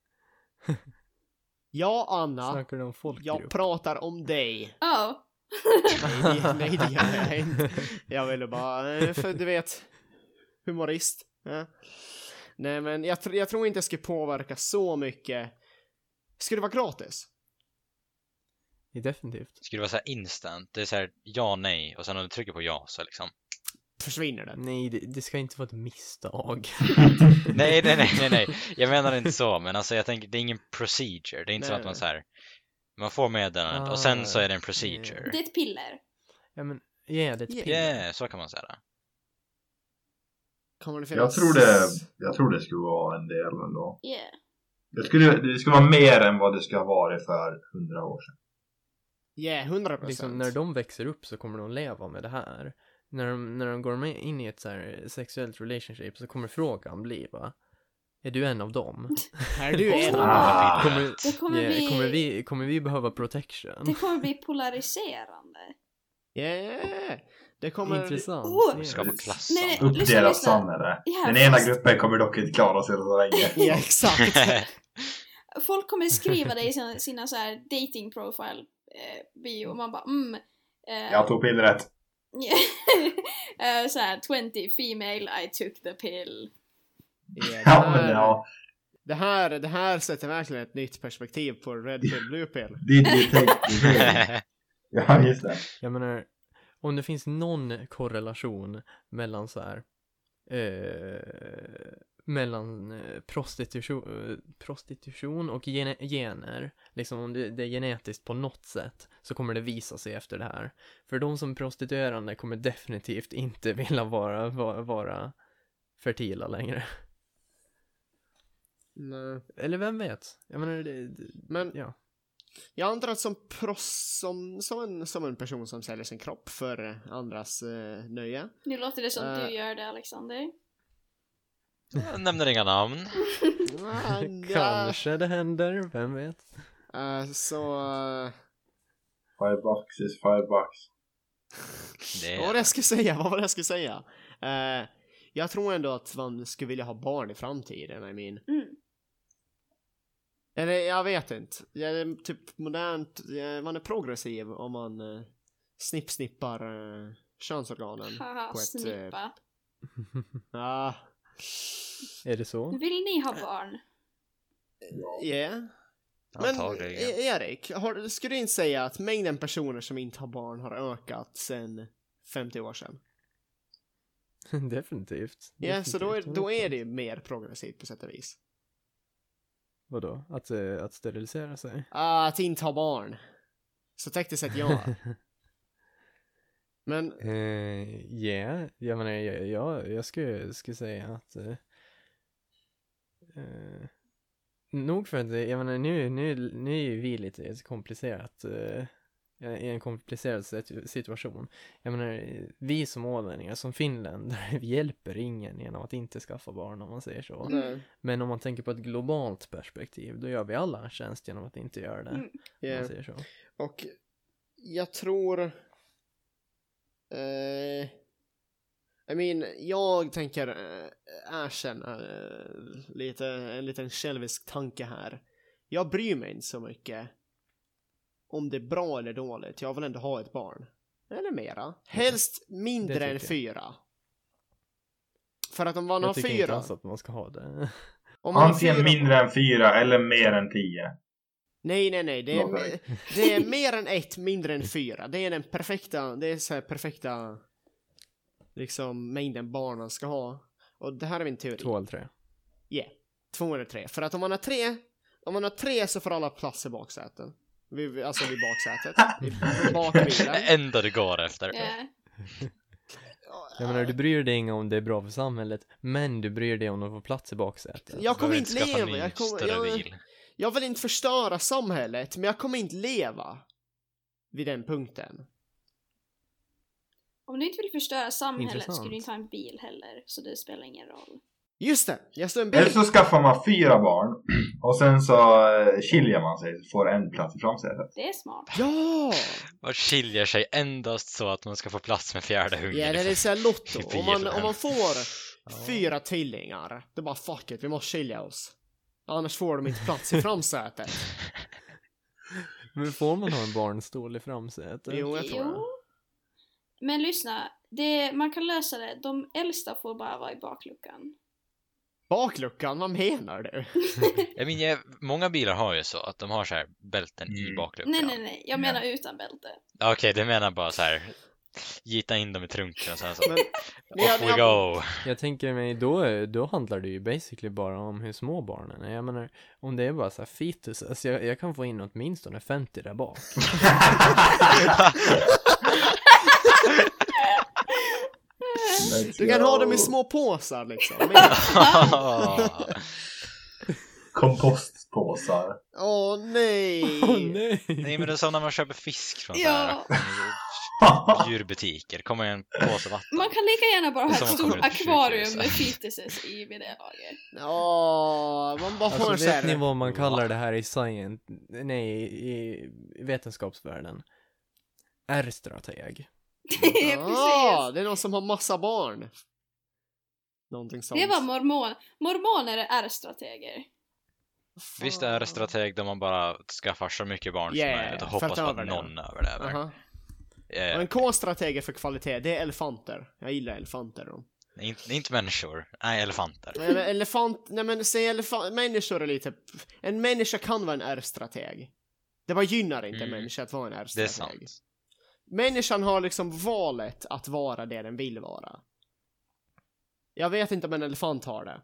ja, Anna. Snackar du om folkgrupp? Jag pratar om dig. Oh. Nej, det, nej, det gör jag inte. Jag ville bara, eh, för du vet, humorist. Ja. Nej, men jag, tr- jag tror inte det skulle påverka så mycket. Skulle det vara gratis? Ja, definitivt. Det skulle vara så här instant. Det är så här ja, nej. Och sen om du trycker på ja så liksom. Försvinner den? Nej, det, det ska inte vara ett misstag. Nej, nej, nej, nej, nej. Jag menar inte så. Men alltså jag tänker, det är ingen procedure. Det är inte så Nej, att man nej. så här. Man får meddelandet Ah, och sen så är det en procedure. Det är ett piller. Ja, men, ja, det är ett Yeah. piller. Yeah, så kan man säga det. Kommer det Jag finnas... tror det, jag tror det skulle vara en del ändå. Yeah. Det skulle, det skulle vara mer än vad det ska ha varit för hundra år sedan. Ja, yeah, hundra procent. Liksom, när de växer upp så kommer de leva med det här. När de, när de går med in i ett så här sexuellt relationship så kommer frågan bli, va? Är du en av dem? Är du en av Ah. dem? Kommer, Det kommer ja, bli- kommer, vi, kommer vi behöva protection? Det kommer bli polariserande. Yeah. Det kommer... Intressant. Oh! Ja. Skapa klass. Nej, nej. Lyssna, Uppdelat lyssna. samhälle. Ja, Den ena fast- gruppen kommer dock inte klara sig så länge. Ja, exakt. Folk kommer skriva det i sina, sina så här dating profile eh, bio och man bara mm. Eh, Jag tog pillret. eh, så här twenty female I took the pill. Ja, det, Ja, men här, ja. det, här, det här sätter verkligen ett nytt perspektiv på Red Pill, Blue Pill. Did you take the pill? Ja, just det. Jag menar, om det finns någon korrelation mellan så här eh, mellan eh, prostitution, eh, prostitution och gene, gener, liksom om det, det är genetiskt på något sätt så kommer det visa sig efter det här. För de som är prostituerande kommer definitivt inte vilja vara, vara, vara fertila längre. Nej. Eller vem vet? Jag menar, det, det, Men ja. jag antar att som proffs, som, som, en, som en person som säljer sin kropp för andras eh, nöje. Nu låter det som Uh, du gör det, Alexander. Jag nämner inga namn. Ah, ja. Kanske det händer, vem vet? Uh, så... Uh, Five bucks is five bucks. Det vad var det jag skulle säga? Vad var det jag skulle säga? Uh, jag tror ändå att man skulle vilja ha barn i framtiden, I mean. Mm. Eller jag vet inte. Jag är typ modernt, jag, man är progressiv om man uh, snipp-snippar uh, könsorganen. Haha, på ett, snippa. Ja. Är det så? Vill ni ha barn? Ja. Yeah. Men Antagligen. E- Erik, har, skulle du inte säga att mängden personer som inte har barn har ökat sedan femtio år sedan? Definitivt. Ja, så då är, Definitivt. då är det mer progressivt på sätt och vis. Vadå? Att, eh, att sterilisera sig? Ah, att inte ha barn. Så tekniskt sett ja. Men, Ja, uh, yeah. jag menar, jag, jag, jag skulle, skulle säga att uh, uh, nog för att, jag menar, nu, nu, nu är ju vi lite i ett komplicerat uh, i en komplicerad situation. Jag menar, vi som ålänningar, som finländare, vi hjälper ingen genom att inte skaffa barn, om man säger så. nej. Men om man tänker på ett globalt perspektiv, då gör vi alla en tjänst genom att inte göra det, Mm. om Yeah. man säger så. Och jag tror... Uh, I mean, jag tänker uh, erkänna uh, lite, en liten självisk tanke här. Jag bryr mig inte så mycket om det är bra eller dåligt. Jag vill ändå ha ett barn. Eller mera. Helst mindre Det än tycker jag. fyra. För att om man har Jag tycker inte fyra... alls att man ska ha det. Om man har Antingen fyra... mindre än fyra eller mer än tio. Nej, nej, nej. Det är, Låter me- det är mer än ett, mindre än fyra. Det är den perfekta, det är så här perfekta liksom mängden barnen ska ha. Och det här är min teori. Två eller tre. Yeah. Två eller tre. För att om man har tre, om man har tre så får alla plats i baksäten. Vid, alltså vid baksätet. I bakbilen. Det enda du går efter. Yeah. Jag menar, du bryr dig inte om det är bra för samhället, men du bryr dig om att få plats i baksätet. Jag kommer Behöver inte skaffa leva. ny, Jag, kommer, större jag, bil. jag vill inte förstöra samhället, men jag kommer inte leva vid den punkten. Om du inte vill förstöra samhället Intressant. skulle du inte ha en bil heller, så det spelar ingen roll. Just det, jag står en Eller bil. så skaffar man fyra barn. Och sen så eh, skiljer man sig. Så får en plats i framsätet. Det är smart. Ja! Och skiljer sig endast så att man ska få plats med fjärde ungen. Ja, det är så här i lotto. Om man, bilen. om man får fyra tvillingar, då bara fuck it, vi måste skilja oss. Annars får de inte plats i framsätet. Men får man ha en barnstol i framsätet? Jo, jag tror det. Jo. Men lyssna, det, man kan lösa det. De äldsta får bara vara i bakluckan. Bakluckan, vad menar du? Jag menar, jag- många bilar har ju så att de har så här bälten i Mm. bakluckan. Nej, nej, nej. Jag menar utan bälte. Okej, okay, det menar bara så här. Gita in dem i trunken och sen så. Men, Off we jag, go! Jag tänker mig, då, då handlar det ju basically bara om hur små barnen är. Jag menar, om det är bara så här fetus, alltså jag, jag kan få in åtminstone femtio där bak. du kan ha dem i små påsar liksom. Men, Kompostpåsar. åh nej. Åh nej! Nej, men det är som när man köper fisk från så Ja. här djurbutiker. Kommer en påse vatten. Man kan lika gärna bara ha Som ett kommer stort ut akvarium sjukhus. med fetuses i vid det laget. Ja, man bara får Alltså så vet ni här. vad man kallar det här i science, nej, i vetenskapsvärlden? R-strateg. Ja, Precis. det är någon som har massa barn. Någonting sånt. Det var mormon. Mormoner är R-strateger. Visst är det strateg där man bara skaffar så mycket barn Yeah, som möjligt och för att hoppas på att överleva. någon överlever. Aha. Eh, Och en K-strateg för kvalitet, det är elefanter. Jag gillar elefanter då. inte, inte människor, nej elefanter. Nej, men elefant, nej men säg elefant, människor är lite, en människa kan vara en R-strateg. Det bara gynnar inte en Mm. människa att vara en Det är R-strateg. sant. Människan har liksom valet att vara det den vill vara. Jag vet inte om en elefant har det.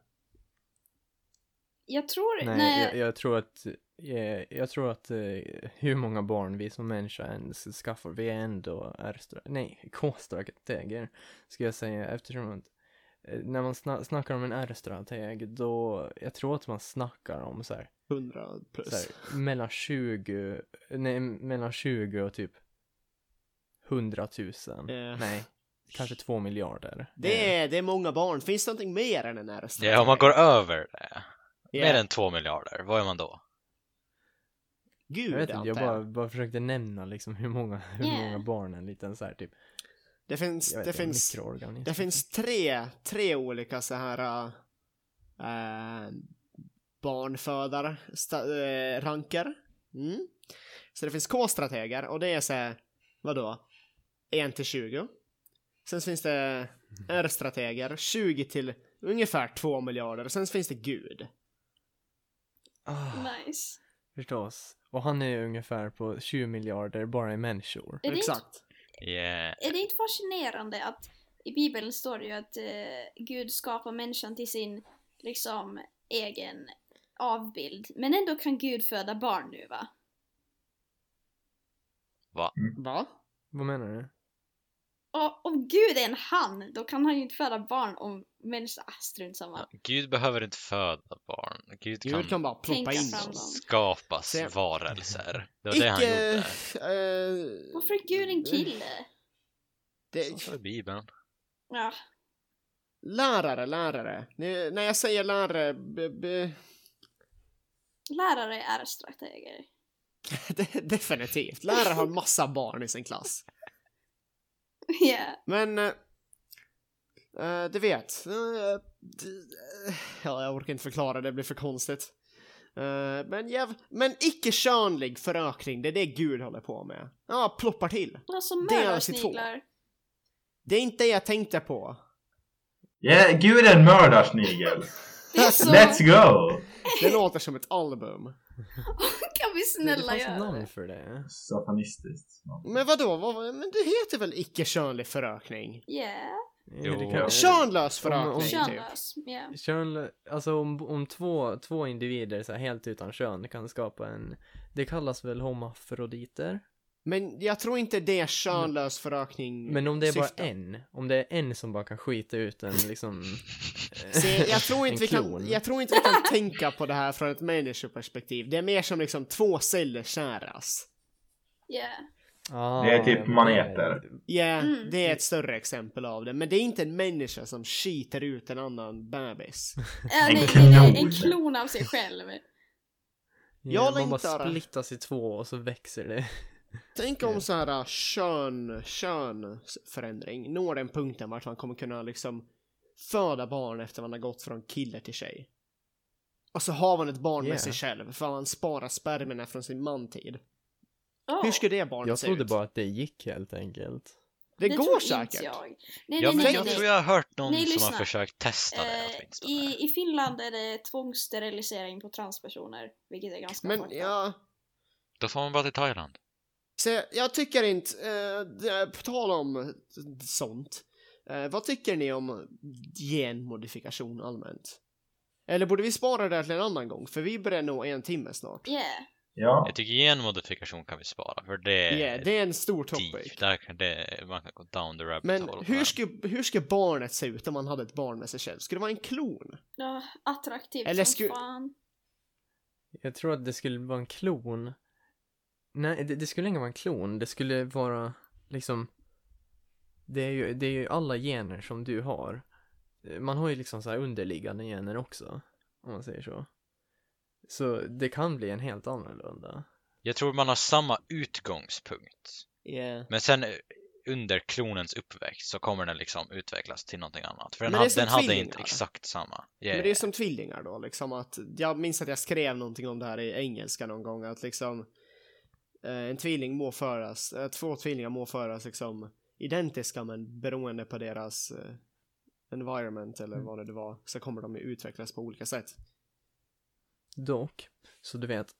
Jag tror... Nej, nej. Jag, jag tror att, jag, jag tror att eh, hur många barn vi som människa ens skaffar, vi är ändå R-strateg, nej, K-strateger, ska jag säga, eftersom att när man sna- snackar om en R-strateg, då, jag tror att man snackar om så här, hundra plus. så här, mellan tjugo, nej, mellan tjugo och typ hundratusen. Eh. Nej, kanske två miljarder. Det är, det är många barn. Finns det någonting mer än en R-strateg? Ja, om man går över det. Yeah. Mer än två miljarder, vad är man då? Gud, Jag vet inte, jag antar bara, bara försökte nämna liksom hur många, hur Yeah. många barn en liten så här typ, Det finns, jag vet det inte, finns, mikroorganism. det finns tre, tre olika så här äh, barnfödare sta, äh, ranker. Mm. Så det finns K-strateger och det är så här, vadå? ett till tjugo. Sen finns det R-strateger, tjugo till ungefär två miljarder. Sen finns det Gud. Ah, Nice. förstås. Och han är ungefär på tjugo miljarder bara i människor. Är det, inte, Exakt. Yeah. är det inte fascinerande att i Bibeln står det ju att eh, Gud skapar människan till sin liksom egen avbild. Men ändå kan Gud föda barn nu, va? Va? Va? Vad menar du? Och om Gud är en han, då kan han ju inte föda barn om människan... Ah, strunt samma. Gud behöver inte föda barn. Gud kan, Gud kan bara ploppa Tänka in fram dem. dem. skapas Se- varelser. Det var det han gjorde. Icke... Varför är Gud en kille? Det, Så står det i Bibeln. Ja. lärare, lärare. Ni- När jag säger lärare... Be, be, Lärare är strateger. de- definitivt. Lärare har massa barn i sin klass. Ja. Men... eh, eh, du vet. eh, d- eh, ja, jag orkar inte förklara, det blir för konstigt. Eh, men jäv, men icke-könlig förökning, det är det Gud håller på med. Ja, ploppar till. Alltså Det är mördarsniglar. Det är inte det jag tänkte på. Ja, Gud är en mördarsnigel. Det är så... Let's go! Det låter som ett album. Kan vi Det snälla fanns göra ett namn det? för det. Satanistiskt. Men vadå? Vad, men det heter väl icke-könlig förökning? Yeah. Ja, det Jo. kan- Könlös Om- förökning, om- typ. Könlös. Ja. Kön, alltså om, om två, två individer så här, helt utan kön kan skapa en, det kallas väl homafroditer? Men jag tror inte det är könlös förökning. Men om det är bara syftar. en, om det är en som bara kan skita ut en liksom Se, jag tror en inte vi klon. kan, jag tror inte vi kan tänka på det här från ett människoperspektiv. Det är mer som liksom två celler käras. Yeah. Ah, Det är typ ja, men maneter. Ja, Mm. det är ett större exempel av det. Men det är inte en människa som skiter ut en annan bebis. Äh, En nej, klon. nej, nej, en klon av sig själv. Ja, Jag man bara längtar. splittas i två och så växer det. Tänk om så här kön, könförändring når den punkten vart man kommer kunna liksom föda barn efter man har gått från kille till tjej. Och så har man ett barn Yeah. med sig själv för man sparar spermierna från sin mantid. Oh, Hur skulle det barnet Jag se trodde ut? bara att det gick helt enkelt. Det, det går tror inte säkert. Jag. Nej, Ja, nej, men nej, jag nej. tror jag har hört någon Nej, som lyssna. har försökt testa det Eh, åtminstone. i, I Finland är det tvångssterilisering på transpersoner, vilket är ganska Men fucked up. ja, Då får man bara till Thailand. så jag tycker inte, eh, det- på tal om sånt, eh, vad tycker ni om genmodifikation allmänt? Eller borde vi spara det till en annan gång? För vi börjar nå en timme snart. Yeah. Ja. Jag tycker genmodifikation kan vi spara, för det Ja, är det är en stor topic. deep. Där kan det, man kan gå down the rabbit Men hole. hur ska, hur ska barnet se ut om man hade ett barn med sig själv? Skulle det vara en klon? Ja, attraktivt Eller som sku- fan. Jag tror att det skulle vara en klon. Nej, det, det skulle inte vara en klon. Det skulle vara liksom, det är ju, det är ju alla gener som du har. Man har ju liksom så här underliggande gener också, om man säger så. Så det kan bli en helt annorlunda. Jag tror man har samma utgångspunkt. Yeah. Men sen eh, under klonens uppväxt så kommer den liksom utvecklas till någonting annat. För den, Men det är hade, som den hade tvillingar. inte exakt samma. Yeah. Men det är som tvillingar då, liksom att, jag minns att jag skrev någonting om det här i engelska någon gång, att liksom eh, en tvilling må föras, eh, två tvillingar må föras liksom identiska, men beroende på deras eh, environment eller Mm. vad det nu var, så kommer de ju utvecklas på olika sätt. Dock, så du vet,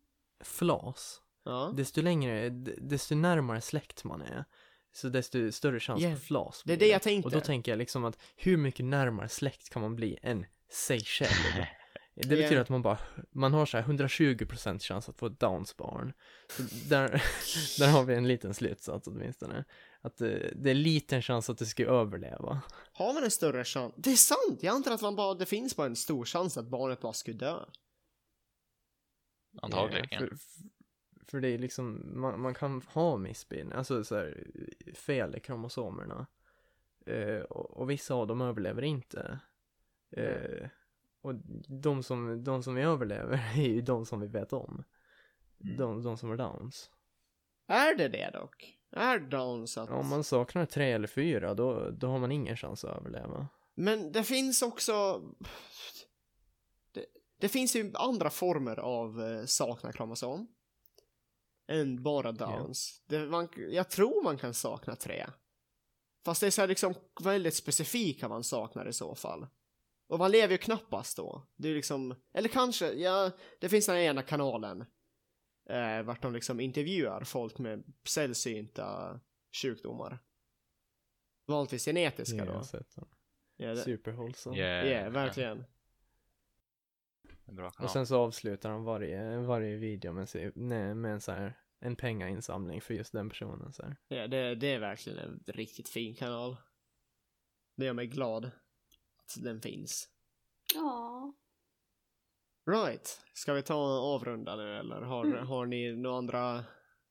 flas, Ja, desto längre, d- desto närmare släkt man är, så desto större chans Yeah. på flas. det är blir det jag tänkte. Och då tänker jag liksom att hur mycket närmare släkt kan man bli än sig själv? Det betyder Yeah. att man bara, man har så här hundratjugo procent chans att få ett Downs barn. Så där, där har vi en liten slutsats åtminstone. att det, det är liten chans att det ska överleva. Har man en större chans? Det är sant! Jag antar att man bara, det finns bara en stor chans att barnet bara skulle dö. Antagligen. Ja, för, för det är liksom, man, man kan ha missbildning, alltså så här, fel i kromosomerna. Uh, och, och vissa av dem överlever inte. Uh, och de som, de som vi överlever är ju de som vi vet om. De, de som har Downs. Är det det dock? Är Downs att... Om man saknar tre eller fyra, då, då har man ingen chans att överleva. Men det finns också... Det, det finns ju andra former av eh, sakna kromosom. Än bara Downs. Ja. Det, man, jag tror man kan sakna tre. Fast det är så här liksom väldigt specifika man saknar i så fall. Och man lever ju knappast då. Det är liksom... Eller kanske, ja... Det finns den ena kanalen. Eh, vart de liksom intervjuar folk med sällsynta sjukdomar. Vanligtvis genetiska ja, då. Ja, det... Superwholesome. Ja, yeah, yeah, verkligen. Bra. Och sen så avslutar de varje, varje video med, sig, nej, med en så här, en pengainsamling för just den personen. Så här. Ja, det, det är verkligen en riktigt fin kanal. Det gör mig glad att den finns. Ja. Right. Ska vi ta och avrunda nu eller har, mm. har ni några andra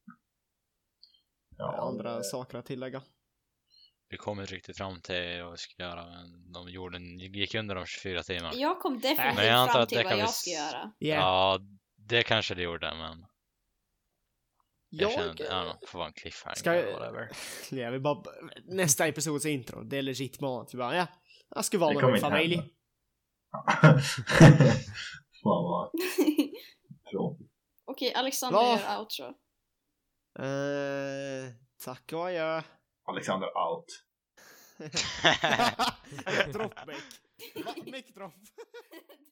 ja, andra det... saker att tillägga? Vi kom inte riktigt fram till vad vi ska göra, men de jorden gick under de tjugofyra timmarna. Jag kom definitivt men jag fram till att vad jag vi... ska göra. Yeah. Ja, det kanske det gjorde, men jag, jag kände, jag don't know, får vara en cliffhanger ska eller whatever. Ja, vi bara, nästa episods intro, det är legit mat. Vi bara, ja, jag ska vara med min familj. Fan vad Okej, Alexander Va? gör outro. Uh, tack och adjö. Alexander out. Drop mic. Mic drop.